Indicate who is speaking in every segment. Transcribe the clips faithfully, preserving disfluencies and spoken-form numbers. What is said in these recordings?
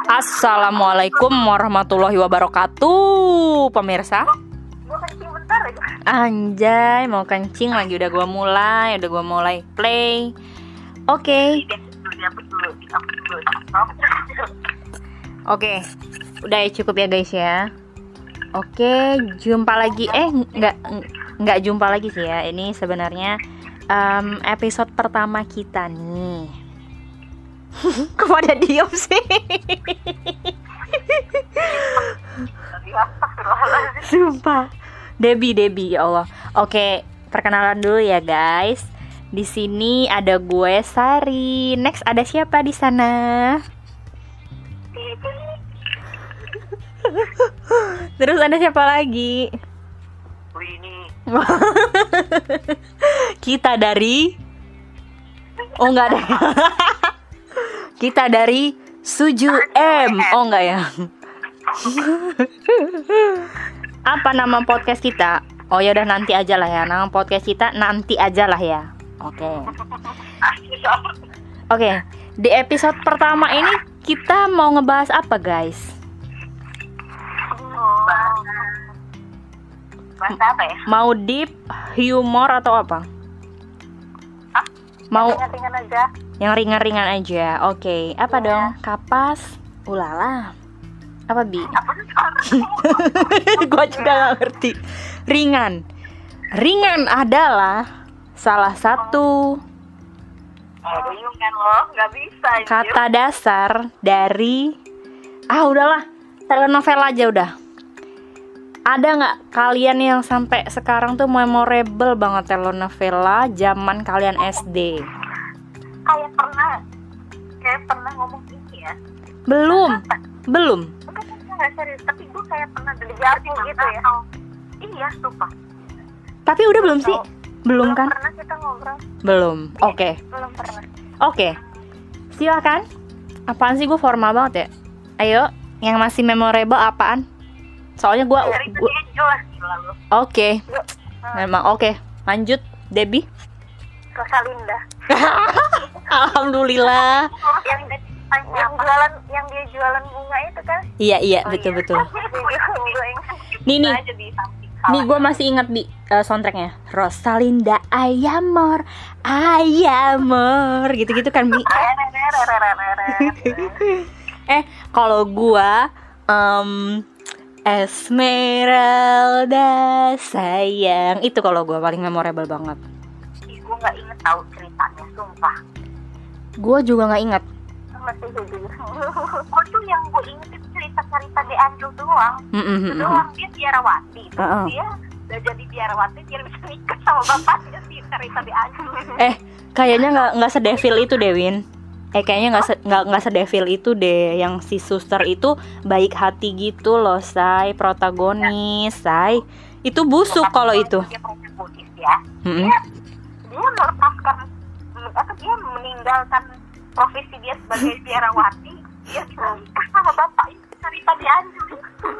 Speaker 1: Assalamualaikum warahmatullahi wabarakatuh, pemirsa.
Speaker 2: Gue kencing bentar aja.
Speaker 1: Anjay, mau kencing lagi, udah gue mulai, udah gue mulai play. Oke. Oke, udah ya, cukup ya guys ya. Oke, jumpa lagi. Eh, nggak nggak jumpa lagi sih ya. Ini sebenarnya um, episode pertama kita nih. Kok pada diem sih? Sumpah. Debbie, Debbie, ya Allah. Oke, perkenalan dulu ya guys. Di sini ada gue Sari. Next ada siapa di sana? Terus ada siapa lagi?
Speaker 2: Ini
Speaker 1: Kita dari Oh enggak ada. Kita dari Suju M. Oh enggak ya. Apa nama podcast kita? Oh ya udah nanti aja lah ya. Nama podcast kita nanti aja lah ya. Oke. Okay. Oke, okay. Di episode pertama ini kita mau ngebahas apa guys?
Speaker 2: bahasa apa ya?
Speaker 1: Mau deep, humor atau apa?
Speaker 2: Hah?
Speaker 1: Mau
Speaker 2: Ringan-ringan aja.
Speaker 1: yang ringan-ringan aja. Oke, okay. Apa
Speaker 2: Ya.
Speaker 1: dong? Kapas. Ulala. Apa Bi?
Speaker 2: Apa sih sekarang?
Speaker 1: Gua juga gak ngerti. Ringan. Ringan adalah salah satu
Speaker 2: Oh, kan lo, nggak bisa. anjir.
Speaker 1: kata dasar dari ah udahlah, telenovela aja udah. Ada nggak kalian yang sampai sekarang tuh memorable banget telenovela zaman kalian S D?
Speaker 2: Kayak pernah, kayak pernah ngomong ini ya.
Speaker 1: Belum,
Speaker 2: Apa?
Speaker 1: belum.
Speaker 2: Enggak, enggak, enggak serius. Tapi gue kayak pernah dengar gitu ya. Iya, sumpah.
Speaker 1: Tapi udah belum sih? Belum kan?
Speaker 2: pernah kita ngobrol.
Speaker 1: Belum. Oke,
Speaker 2: Belum pernah.
Speaker 1: oke. Silakan. Apaan sih, gue formal banget ya? Ayo, yang masih memorable apaan? Soalnya gue,
Speaker 2: Dari
Speaker 1: gua-
Speaker 2: tadi jelas selalu.
Speaker 1: oke.
Speaker 2: Yuk.
Speaker 1: Memang oke. Lanjut, Debbie.
Speaker 2: Rosalinda.
Speaker 1: Alhamdulillah.
Speaker 2: yang yang jualan yang dia jualan bunga itu kan.
Speaker 1: Iya, iya,
Speaker 2: Oh,
Speaker 1: betul
Speaker 2: iya.
Speaker 1: betul.
Speaker 2: Gue ingat.
Speaker 1: Nih, nih.
Speaker 2: Aja di samping
Speaker 1: Nih gue masih ingat di uh, soundtracknya Rosalinda Ayamor Ayamor gitu-gitu kan Bi. Eh kalau gue um, Esmeralda sayang, itu kalau gue paling memorable banget.
Speaker 2: Gue nggak inget tahu ceritanya, sumpah.
Speaker 1: Gue juga nggak ingat.
Speaker 2: Masih jujur. Gue tuh yang gue inget itu cerita-cerita di Anjul doang.
Speaker 1: Mm-mm.
Speaker 2: Itu doang, dia biarawati. Terus
Speaker 1: Uh-uh.
Speaker 2: dia udah jadi biarawati biar bisa nikah sama bapaknya sih, cerita di Anjul.
Speaker 1: Eh kayaknya nggak nggak sedevil itu Dewin. Eh kayaknya nggak se- nggak nggak sedevil itu deh. Yang si suster itu baik hati gitu loh, Say, protagonis, Say. Itu busuk kalau itu.
Speaker 2: Dia punya Buddhis ya.
Speaker 1: Mm-mm.
Speaker 2: Dia dia melepaskan apa dia meninggalkan profesi dia sebagai biarawati, dia bisa nikah sama bapaknya, cerita di Anjul.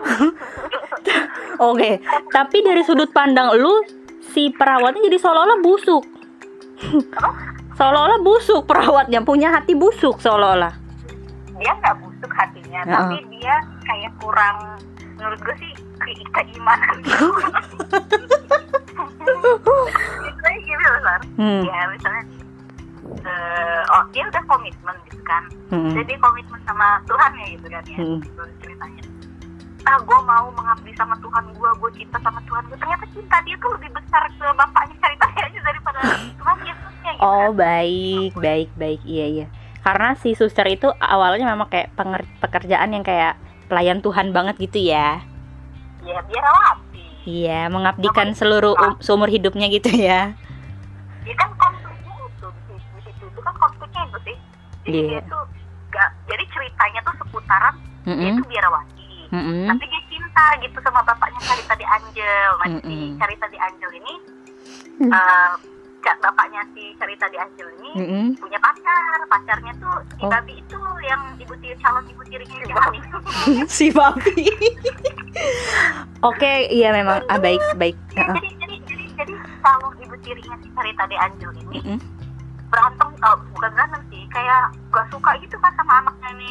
Speaker 1: Oke, tapi dari sudut pandang lu, si perawatnya jadi seolah-olah busuk. Seolah-olah busuk perawatnya, punya hati busuk seolah-olah.
Speaker 2: Dia nggak busuk hatinya,
Speaker 1: Ya.
Speaker 2: tapi dia kayak kurang, menurut gue sih ke- keimanan gitu. Misalnya gini loh, Sar.
Speaker 1: Hmm.
Speaker 2: Ya misalnya eh, oh dia udah komitmen gitu kan.
Speaker 1: Hmm.
Speaker 2: Jadi komitmen sama Tuhan ya gitu kan ya.
Speaker 1: Hmm.
Speaker 2: Gitu ceritanya. Ah, gue mau mengabdi sama Tuhan gue, gue cinta sama Tuhan gue. Ternyata cinta dia tuh lebih besar ke bapaknya, ceritanya aja daripada Tuhan Yesusnya gitu.
Speaker 1: Oh
Speaker 2: kan.
Speaker 1: baik, baik, baik, iya iya. Karena si suster itu awalnya memang kayak penger- pekerjaan yang kayak pelayan Tuhan banget gitu ya.
Speaker 2: Ya biarawati.
Speaker 1: Iya, mengabdikan seluruh um, seumur hidupnya gitu ya.
Speaker 2: Dia kan konfliknya itu di situ, di situ itu kan konfliknya itu sih. Jadi
Speaker 1: Iya.
Speaker 2: dia tuh gak, jadi ceritanya tuh seputaran dia
Speaker 1: Mm-mm.
Speaker 2: tuh biarawati.
Speaker 1: Mm-mm.
Speaker 2: Tapi dia cinta gitu sama bapaknya Carita di Angel. Nah, si
Speaker 1: Mm-mm.
Speaker 2: Carita di Angel ini eh, Kak, bapaknya si Carita di Angel ini
Speaker 1: Mm-mm.
Speaker 2: punya pacar. Pacarnya tuh si
Speaker 1: Oh.
Speaker 2: babi itu yang ibu tiri, calon ibu tirinya si babi.
Speaker 1: Si babi. Oke, iya memang ah, baik, baik.
Speaker 2: Ya,
Speaker 1: Uh-uh.
Speaker 2: jadi jadi jadi jadi calon ibu tirinya si Carita di Angel ini
Speaker 1: Mm-mm.
Speaker 2: berantem, oh, bukan berantem sih, kayak gak suka gitu kan sama anaknya nih.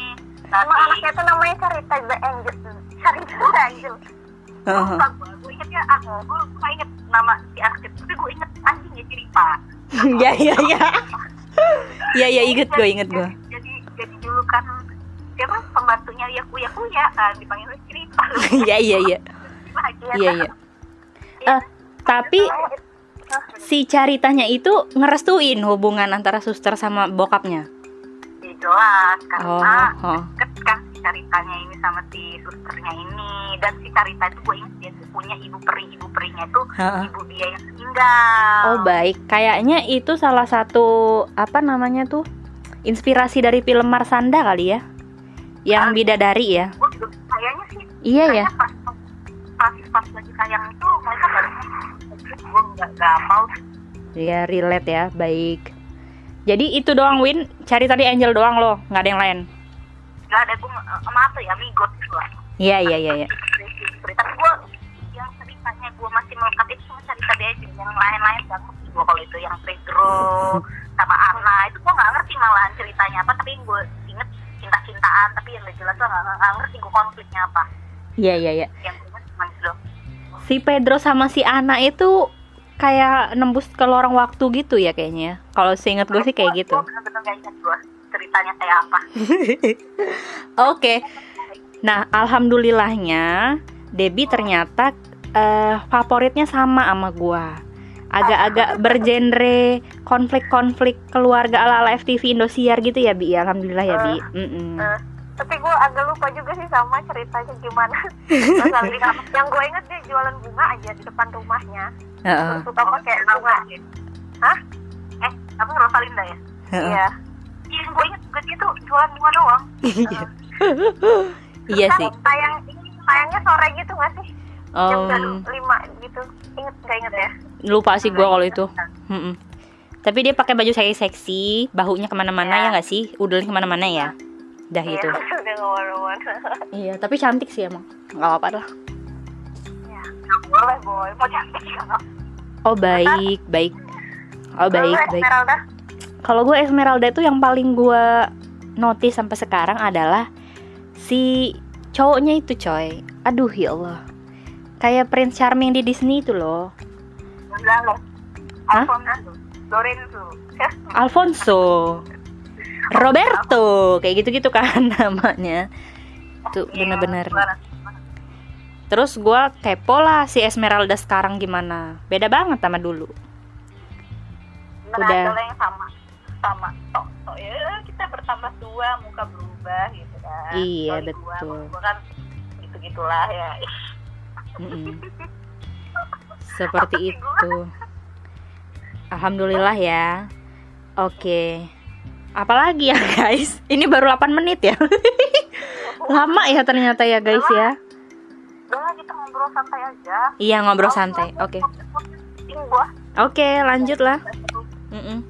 Speaker 2: Nah, emang anaknya tuh namanya Carita the Angel. Carita the Angel.
Speaker 1: Uh-huh.
Speaker 2: Gue, gue ingetnya aku, gue gak inget nama si anak itu, tapi gue inget anjingnya Ciripa.
Speaker 1: Ya ya ya. Ya ya inget gue inget gue.
Speaker 2: Jadi jadi dulu kan siapa pembantunya ya kuya kuya kan dipanggil Ciripa.
Speaker 1: Ya ya ya. Iya iya. Eh tapi si Caritanya itu ngerestuin hubungan antara suster sama bokapnya.
Speaker 2: Ya, jelas karena
Speaker 1: Oh, oh.
Speaker 2: deket kan si Caritanya ini sama si susternya ini, dan si Carita itu gue inget dia tuh punya ibu peri, ibu perinya tuh
Speaker 1: Ha-ha.
Speaker 2: ibu dia yang meninggal.
Speaker 1: Oh baik, kayaknya itu salah satu apa namanya tuh inspirasi dari film Marsanda kali ya, yang
Speaker 2: Ah.
Speaker 1: bidadari ya.
Speaker 2: Gue juga kayaknya sih.
Speaker 1: Iya ya.
Speaker 2: Kayaknya pas pas pas lagi tayang itu mereka baru gue nggak nggak mau.
Speaker 1: Ya relate ya, baik. Jadi itu doang Win, cari tadi Angel doang loh, nggak ada yang lain.
Speaker 2: Nggak ada, gue sama apa ya Migot gitu lah.
Speaker 1: Iya iya iya. Ya.
Speaker 2: Tapi gue yang ceritanya gue masih melekat itu cuma cerita dia aja, yang lain-lain gak ngerti gue kalau itu yang Pedro sama Anna itu gue nggak ngerti malahan ceritanya apa, tapi gue inget cinta-cintaan, tapi yang gak jelas gue nggak nggak ngerti gue konfliknya apa.
Speaker 1: Iya iya iya.
Speaker 2: Yang gue inget cuma itu doang.
Speaker 1: Si Pedro sama si Ana itu kayak nembus ke lorong waktu gitu ya kayaknya. Kalau seingat gue sih kayak gitu.
Speaker 2: Gue bener-bener gak inget gue ceritanya kayak apa.
Speaker 1: Oke. Nah, alhamdulillahnya Debbie ternyata eh, favoritnya sama sama gua. Agak-agak bergenre konflik-konflik keluarga ala-ala F T V Indosiar gitu ya, Bi. Alhamdulillah ya, Bi. Mm-mm.
Speaker 2: Uh, tapi gue agak lupa juga sih sama ceritanya gimana. Masalah di kamar. Yang gue inget dia jualan bunga aja di depan rumahnya.
Speaker 1: Heeh.
Speaker 2: Suka pakai bunga. Hah? Eh, apa Rosalinda ya?
Speaker 1: Heeh.
Speaker 2: Iya. Iya, gue inget juga dia tuh jualan bunga doang.
Speaker 1: Iya
Speaker 2: Terus
Speaker 1: sih.
Speaker 2: kan Tayang tayangnya sore gitu nggak sih? Jam
Speaker 1: Um,
Speaker 2: lima gitu. Ingat nggak inget ya?
Speaker 1: lupa sih gua kalau itu. Mm-mm. Tapi dia pakai baju seksi-seksi, bahunya kemana-mana
Speaker 2: Iya.
Speaker 1: ya nggak sih? Udelnya kemana-mana ya. Dah gitu.
Speaker 2: Iya, udah kemana-mana.
Speaker 1: Iya, tapi cantik sih emang. Nggak apa-apa lah.
Speaker 2: Ya, nggak boleh boy. Mau cantik juga nggak.
Speaker 1: Oh baik, baik. Oh baik,
Speaker 2: Boleh,
Speaker 1: baik.
Speaker 2: Esmeralda.
Speaker 1: Kalau gue Esmeralda itu yang paling gue notice sampai sekarang adalah si cowoknya itu coy. Aduh ya Allah. Kayak Prince Charming di Disney itu loh.
Speaker 2: Gonzalo.
Speaker 1: Hah?
Speaker 2: Alfonso. Lorenzo.
Speaker 1: Alfonso. Roberto. Kayak gitu-gitu kan namanya. Tuh bener-bener. Terus gue kepo lah si Esmeralda sekarang gimana. Beda banget sama dulu.
Speaker 2: Udah.
Speaker 1: Udah.
Speaker 2: Ada yang sama. Sama. Tok, tok ya kita bertambah tua, muka berubah gitu kan.
Speaker 1: Iya,
Speaker 2: Sorry,
Speaker 1: betul.
Speaker 2: Gua, gua kan gitu-gitulah ya.
Speaker 1: Mm-mm. Seperti itu. Alhamdulillah ya. Oke. Apalagi ya guys? Ini baru delapan menit ya. Lama ya ternyata ya guys ya.
Speaker 2: Udah lah, kita ngobrol santai aja.
Speaker 1: Iya ngobrol santai. Oke.
Speaker 2: Ting gua.
Speaker 1: Oke lanjut lah. Mm-mm.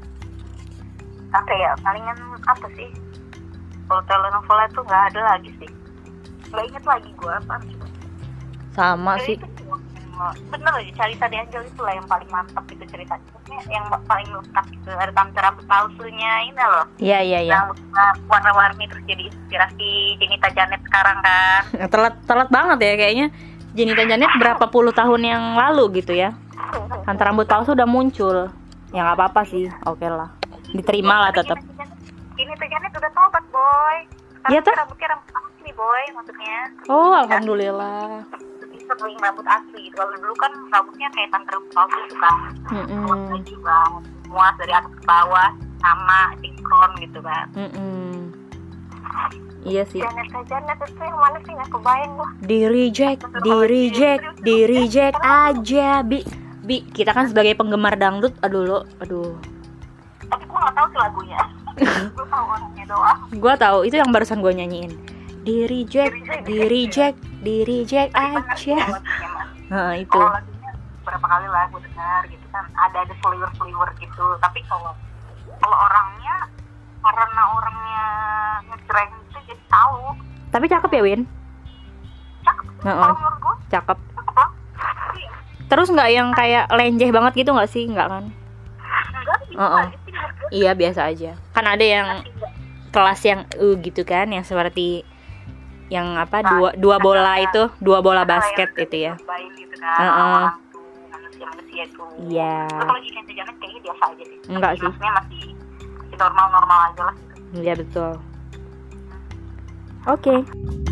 Speaker 2: Apa ya? Palingan apa sih? Kalau telenovela itu nggak ada lagi sih. Nggak inget lagi gua apa.
Speaker 1: Sama
Speaker 2: Jadi
Speaker 1: sih.
Speaker 2: itu cuma- bener aja cerita di Angel itu lah yang paling mantap itu ceritanya. Maksudnya yang paling lengkap itu ada tante rambut palsunya ini loh.
Speaker 1: Iya iya iya.
Speaker 2: Yang warna-warni terus jadi inspirasi Jenita Janet sekarang kan.
Speaker 1: Telat telat banget ya kayaknya. Jenita Janet berapa puluh tahun yang lalu gitu ya. Tante rambut palsu udah muncul. Ya nggak apa-apa sih. Oke lah. Diterima lah tetap.
Speaker 2: Jenita Janet udah tobat boy. Sekarang
Speaker 1: Iya,
Speaker 2: tuh
Speaker 1: Teh?
Speaker 2: rambutnya rambut asli boy maksudnya.
Speaker 1: Oh alhamdulillah.
Speaker 2: Sering rambut asli gitu. Kalau dulu kan rambutnya kayak tante rambut palsu gitu kan.
Speaker 1: Mm-mm.
Speaker 2: Juga semua dari atas ke bawah sama sinkron gitu kan.
Speaker 1: Mm-mm. Iya sih.
Speaker 2: Janet Janet itu yang mana sih nggak kebayang gua.
Speaker 1: Di reject, di reject, di reject aja, Bi. Bi, kita kan sebagai penggemar dangdut, aduh lo, aduh.
Speaker 2: Tapi gua nggak tahu sih lagunya. Gua tahu orangnya doang.
Speaker 1: Gua tahu itu yang barusan gua nyanyiin. Di reject, di reject, di reject aja. Nah, itu.
Speaker 2: Oh, lagunya berapa kali lah gue dengar gitu kan, ada ada flavor flavor gitu. Tapi kalau kalau orangnya karena orangnya ngejreng itu jadi tahu.
Speaker 1: Tapi cakep ya, Win?
Speaker 2: Cakep.
Speaker 1: Heeh.
Speaker 2: Kalau menurut gue
Speaker 1: Cakep.
Speaker 2: cakep lah. Iya.
Speaker 1: Terus nggak yang kayak lenjeh banget gitu nggak sih? Nggak kan?
Speaker 2: Enggak sih,
Speaker 1: Heeh.
Speaker 2: enggak sih menurut gue.
Speaker 1: Iya biasa aja. Kan ada yang
Speaker 2: Enggak.
Speaker 1: kelas yang uh gitu kan, yang seperti yang apa
Speaker 2: Nah,
Speaker 1: dua dua bola
Speaker 2: kayak-
Speaker 1: itu, dua bola
Speaker 2: Kalau
Speaker 1: basket
Speaker 2: yang
Speaker 1: itu ya.
Speaker 2: baik gitu kan,
Speaker 1: Heeh.
Speaker 2: orang tuh manusia-manusia itu.
Speaker 1: Iya.
Speaker 2: Terus kalau gini jajanan kayaknya biasa aja sih.
Speaker 1: Enggak sih.
Speaker 2: Maksudnya masih masih normal-normal aja lah gitu.
Speaker 1: Iya betul. Oke.